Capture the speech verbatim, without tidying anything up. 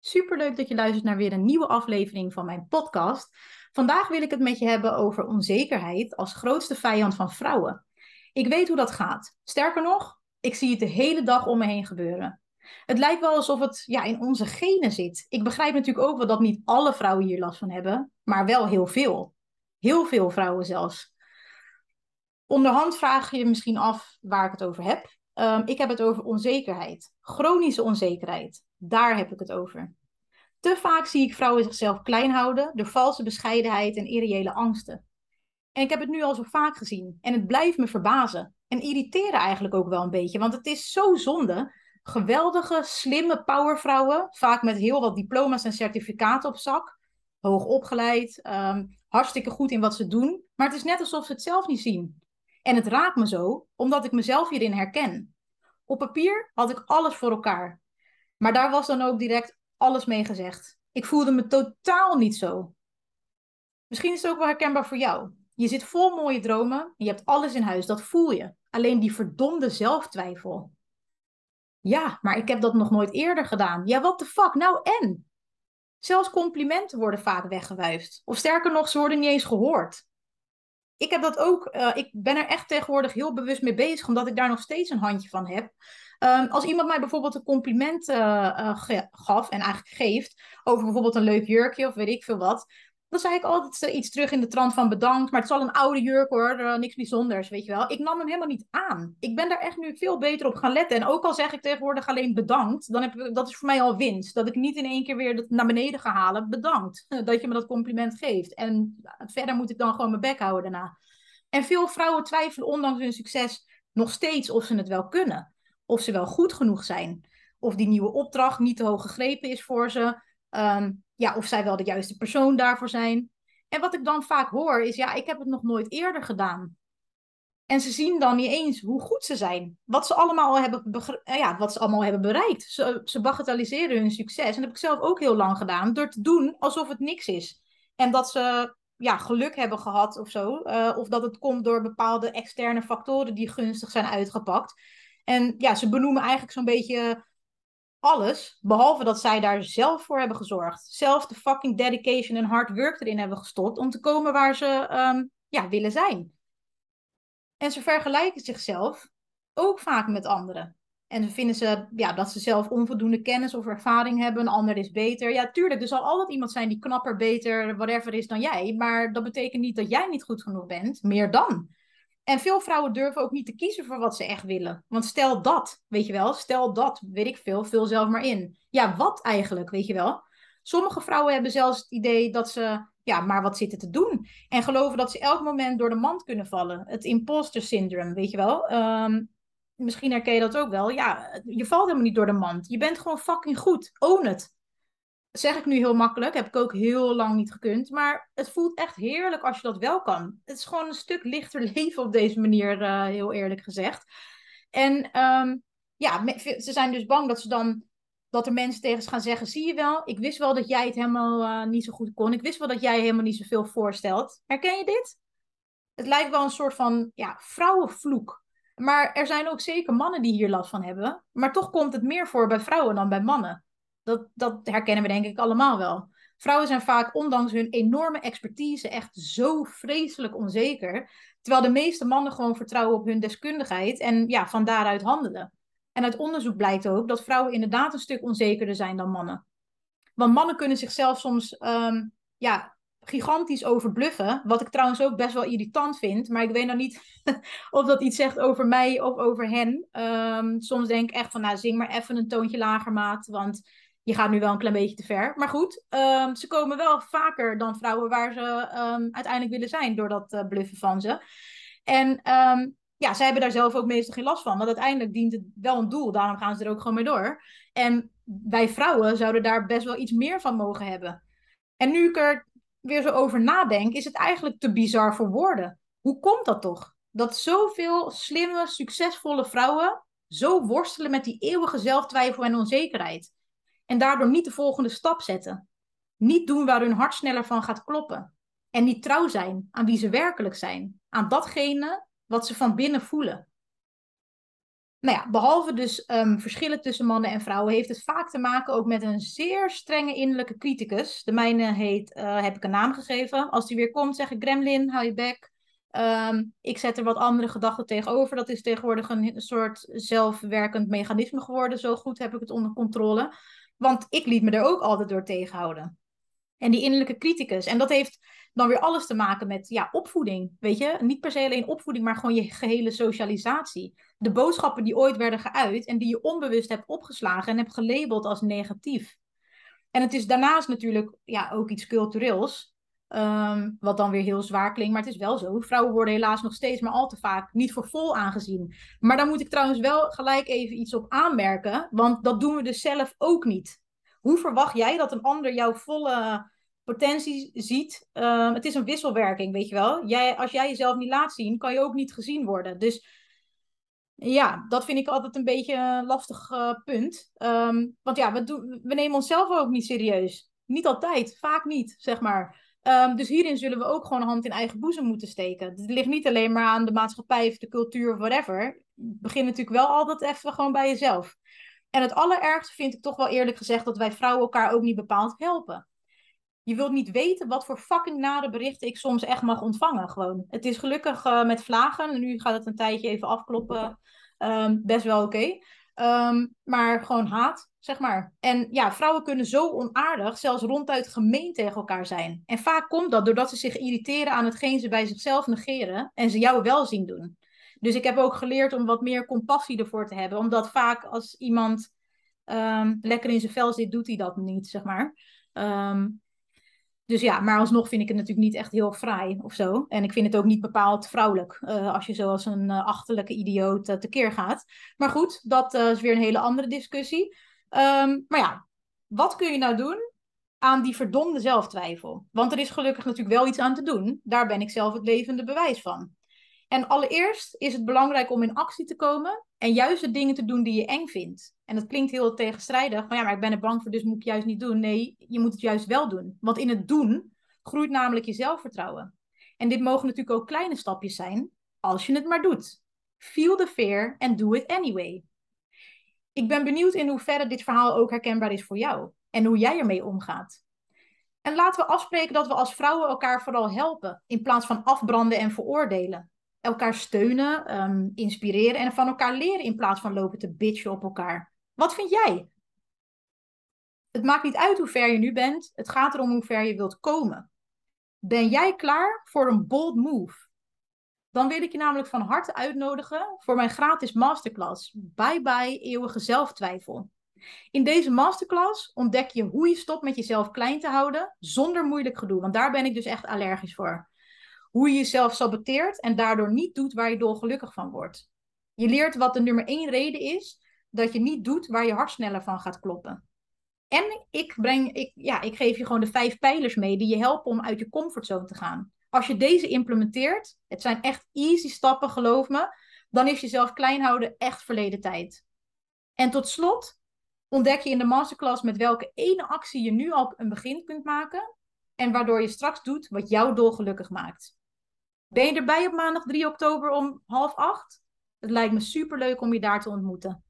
Superleuk dat je luistert naar weer een nieuwe aflevering van mijn podcast. Vandaag wil ik het met je hebben over onzekerheid als grootste vijand van vrouwen. Ik weet hoe dat gaat. Sterker nog, ik zie het de hele dag om me heen gebeuren. Het lijkt wel alsof het ja, in onze genen zit. Ik begrijp natuurlijk ook wel dat niet alle vrouwen hier last van hebben, maar wel heel veel. Heel veel vrouwen zelfs. Onderhand vraag je je misschien af waar ik het over heb. Um, ik heb het over onzekerheid. Chronische onzekerheid. Daar heb ik het over. Te vaak zie ik vrouwen zichzelf klein houden door valse bescheidenheid en irreële angsten. En ik heb het nu al zo vaak gezien. En het blijft me verbazen. En irriteren eigenlijk ook wel een beetje. Want het is zo zonde. Geweldige, slimme powervrouwen. Vaak met heel wat diploma's en certificaten op zak. Hoog opgeleid. Um, hartstikke goed in wat ze doen. Maar het is net alsof ze het zelf niet zien. En het raakt me zo, omdat ik mezelf hierin herken. Op papier had ik alles voor elkaar. Maar daar was dan ook direct alles mee gezegd. Ik voelde me totaal niet zo. Misschien is het ook wel herkenbaar voor jou. Je zit vol mooie dromen en je hebt alles in huis, dat voel je. Alleen die verdomde zelftwijfel. Ja, maar ik heb dat nog nooit eerder gedaan. Ja, what the fuck, nou en? Zelfs complimenten worden vaak weggewuifd. Of sterker nog, ze worden niet eens gehoord. Ik heb dat ook, uh, ik ben er echt tegenwoordig heel bewust mee bezig, omdat ik daar nog steeds een handje van heb. Um, als iemand mij bijvoorbeeld een compliment uh, uh, ge- gaf en eigenlijk geeft over bijvoorbeeld een leuk jurkje of weet ik veel wat, dan zei ik altijd uh, iets terug in de trant van bedankt, maar het is al een oude jurk hoor, uh, niks bijzonders, weet je wel. Ik nam hem helemaal niet aan. Ik ben daar echt nu veel beter op gaan letten. En ook al zeg ik tegenwoordig alleen bedankt, dan heb ik, dat is voor mij al winst. Dat ik niet in één keer weer dat naar beneden ga halen. Bedankt dat je me dat compliment geeft. En verder moet ik dan gewoon mijn bek houden daarna. En veel vrouwen twijfelen ondanks hun succes nog steeds of ze het wel kunnen. Of ze wel goed genoeg zijn. Of die nieuwe opdracht niet te hoog gegrepen is voor ze. Um, ja, of zij wel de juiste persoon daarvoor zijn. En wat ik dan vaak hoor is, ja, ik heb het nog nooit eerder gedaan. En ze zien dan niet eens hoe goed ze zijn. Wat ze allemaal al hebben, begre- eh, ja, wat ze allemaal hebben bereikt. Ze, ze bagatelliseren hun succes. En dat heb ik zelf ook heel lang gedaan. Door te doen alsof het niks is. En dat ze ja, geluk hebben gehad of zo. Uh, of dat het komt door bepaalde externe factoren die gunstig zijn uitgepakt. En ja, ze benoemen eigenlijk zo'n beetje alles. Behalve dat zij daar zelf voor hebben gezorgd. Zelf de fucking dedication en hard work erin hebben gestopt. Om te komen waar ze um, ja, willen zijn. En ze vergelijken zichzelf ook vaak met anderen. En ze vinden ze, ja, dat ze zelf onvoldoende kennis of ervaring hebben. Een ander is beter. Ja, tuurlijk, er zal altijd iemand zijn die knapper, beter, whatever is dan jij. Maar dat betekent niet dat jij niet goed genoeg bent. Meer dan. En veel vrouwen durven ook niet te kiezen voor wat ze echt willen. Want stel dat, weet je wel, stel dat, weet ik veel, vul zelf maar in. Ja, wat eigenlijk, weet je wel? Sommige vrouwen hebben zelfs het idee dat ze, ja, maar wat zitten te doen? En geloven dat ze elk moment door de mand kunnen vallen. Het imposter syndrome, weet je wel? Um, misschien herken je dat ook wel. Ja, je valt helemaal niet door de mand. Je bent gewoon fucking goed. Own het. Dat zeg ik nu heel makkelijk. Heb ik ook heel lang niet gekund. Maar het voelt echt heerlijk als je dat wel kan. Het is gewoon een stuk lichter leven op deze manier, uh, heel eerlijk gezegd. En um, ja, ze zijn dus bang dat ze dan dat er mensen tegen ze gaan zeggen: zie je wel, ik wist wel dat jij het helemaal uh, niet zo goed kon. Ik wist wel dat jij helemaal niet zoveel voorstelt. Herken je dit? Het lijkt wel een soort van ja, vrouwenvloek. Maar er zijn ook zeker mannen die hier last van hebben. Maar toch komt het meer voor bij vrouwen dan bij mannen. Dat, dat herkennen we denk ik allemaal wel. Vrouwen zijn vaak, ondanks hun enorme expertise, echt zo vreselijk onzeker. Terwijl de meeste mannen gewoon vertrouwen op hun deskundigheid en ja, van daaruit handelen. En uit onderzoek blijkt ook dat vrouwen inderdaad een stuk onzekerder zijn dan mannen. Want mannen kunnen zichzelf soms um, ja, gigantisch overbluffen. Wat ik trouwens ook best wel irritant vind. Maar ik weet nou niet of dat iets zegt over mij of over hen. Um, soms denk ik echt van, nou zing maar even een toontje lager, maat. Want je gaat nu wel een klein beetje te ver. Maar goed, um, ze komen wel vaker dan vrouwen waar ze um, uiteindelijk willen zijn. Door dat uh, bluffen van ze. En um, ja, zij hebben daar zelf ook meestal geen last van. Want uiteindelijk dient het wel een doel. Daarom gaan ze er ook gewoon mee door. En wij vrouwen zouden daar best wel iets meer van mogen hebben. En nu ik er weer zo over nadenk, is het eigenlijk te bizar voor woorden. Hoe komt dat toch? Dat zoveel slimme, succesvolle vrouwen zo worstelen met die eeuwige zelftwijfel en onzekerheid. En daardoor niet de volgende stap zetten. Niet doen waar hun hart sneller van gaat kloppen. En niet trouw zijn aan wie ze werkelijk zijn. Aan datgene wat ze van binnen voelen. Nou ja, behalve dus um, verschillen tussen mannen en vrouwen, heeft het vaak te maken ook met een zeer strenge innerlijke criticus. De mijne heet, uh, heb ik een naam gegeven. Als die weer komt, zeg ik gremlin, hou je bek. Um, ik zet er wat andere gedachten tegenover. Dat is tegenwoordig een, een soort zelfwerkend mechanisme geworden. Zo goed heb ik het onder controle. Want ik liet me er ook altijd door tegenhouden. En die innerlijke criticus. En dat heeft dan weer alles te maken met ja, opvoeding. Weet je, niet per se alleen opvoeding, maar gewoon je gehele socialisatie. De boodschappen die ooit werden geuit en die je onbewust hebt opgeslagen en hebt gelabeld als negatief. En het is daarnaast natuurlijk ja, ook iets cultureels. Um, wat dan weer heel zwaar klinkt, maar het is wel zo. Vrouwen worden helaas nog steeds maar al te vaak niet voor vol aangezien. Maar daar moet ik trouwens wel gelijk even iets op aanmerken, want dat doen we dus zelf ook niet. Hoe verwacht jij dat een ander jouw volle potentie ziet? Uh, het is een wisselwerking, weet je wel. Jij, als jij jezelf niet laat zien, kan je ook niet gezien worden. Dus ja, dat vind ik altijd een beetje een lastig uh, punt. Um, want ja, we, doen, we nemen onszelf ook niet serieus. Niet altijd, vaak niet, zeg maar. Um, dus hierin zullen we ook gewoon een hand in eigen boezem moeten steken. Het ligt niet alleen maar aan de maatschappij of de cultuur of whatever. Het begint natuurlijk wel altijd even gewoon bij jezelf. En het allerergste vind ik toch wel eerlijk gezegd dat wij vrouwen elkaar ook niet bepaald helpen. Je wilt niet weten wat voor fucking nare berichten ik soms echt mag ontvangen. Gewoon. Het is gelukkig uh, met vlagen. En nu gaat het een tijdje even afkloppen. Um, best wel oké. Okay. Um, maar gewoon haat, zeg maar. En ja, vrouwen kunnen zo onaardig, zelfs ronduit gemeen tegen elkaar zijn. En vaak komt dat doordat ze zich irriteren aan hetgeen ze bij zichzelf negeren. En ze jou wel zien doen. Dus ik heb ook geleerd om wat meer compassie ervoor te hebben. Omdat vaak als iemand um, lekker in zijn vel zit, doet hij dat niet, zeg maar. Um, Dus ja, maar alsnog vind ik het natuurlijk niet echt heel fraai of zo. En ik vind het ook niet bepaald vrouwelijk. Uh, als je zoals een uh, achterlijke idioot uh, tekeer gaat. Maar goed, dat uh, is weer een hele andere discussie. Um, maar ja, wat kun je nou doen aan die verdomde zelftwijfel? Want er is gelukkig natuurlijk wel iets aan te doen. Daar ben ik zelf het levende bewijs van. En allereerst is het belangrijk om in actie te komen en juist de dingen te doen die je eng vindt. En dat klinkt heel tegenstrijdig, maar ja, maar ik ben er bang voor, dus moet ik juist niet doen. Nee, je moet het juist wel doen. Want in het doen groeit namelijk je zelfvertrouwen. En dit mogen natuurlijk ook kleine stapjes zijn, als je het maar doet. Feel the fear and do it anyway. Ik ben benieuwd in hoeverre dit verhaal ook herkenbaar is voor jou en hoe jij ermee omgaat. En laten we afspreken dat we als vrouwen elkaar vooral helpen, in plaats van afbranden en veroordelen. Elkaar steunen, um, inspireren en van elkaar leren in plaats van lopen te bitchen op elkaar. Wat vind jij? Het maakt niet uit hoe ver je nu bent, het gaat erom hoe ver je wilt komen. Ben jij klaar voor een bold move? Dan wil ik je namelijk van harte uitnodigen voor mijn gratis masterclass. Bye bye eeuwige zelftwijfel. In deze masterclass ontdek je hoe je stopt met jezelf klein te houden zonder moeilijk gedoe. Want daar ben ik dus echt allergisch voor. Hoe je jezelf saboteert en daardoor niet doet waar je dolgelukkig van wordt. Je leert wat de nummer één reden is dat je niet doet waar je hart sneller van gaat kloppen. En ik, breng, ik, ja, ik geef je gewoon de vijf pijlers mee die je helpen om uit je comfortzone te gaan. Als je deze implementeert, het zijn echt easy stappen, geloof me, dan is jezelf klein houden echt verleden tijd. En tot slot ontdek je in de masterclass met welke ene actie je nu al een begin kunt maken en waardoor je straks doet wat jou dolgelukkig maakt. Ben je erbij op maandag drie oktober om half acht? Het lijkt me superleuk om je daar te ontmoeten.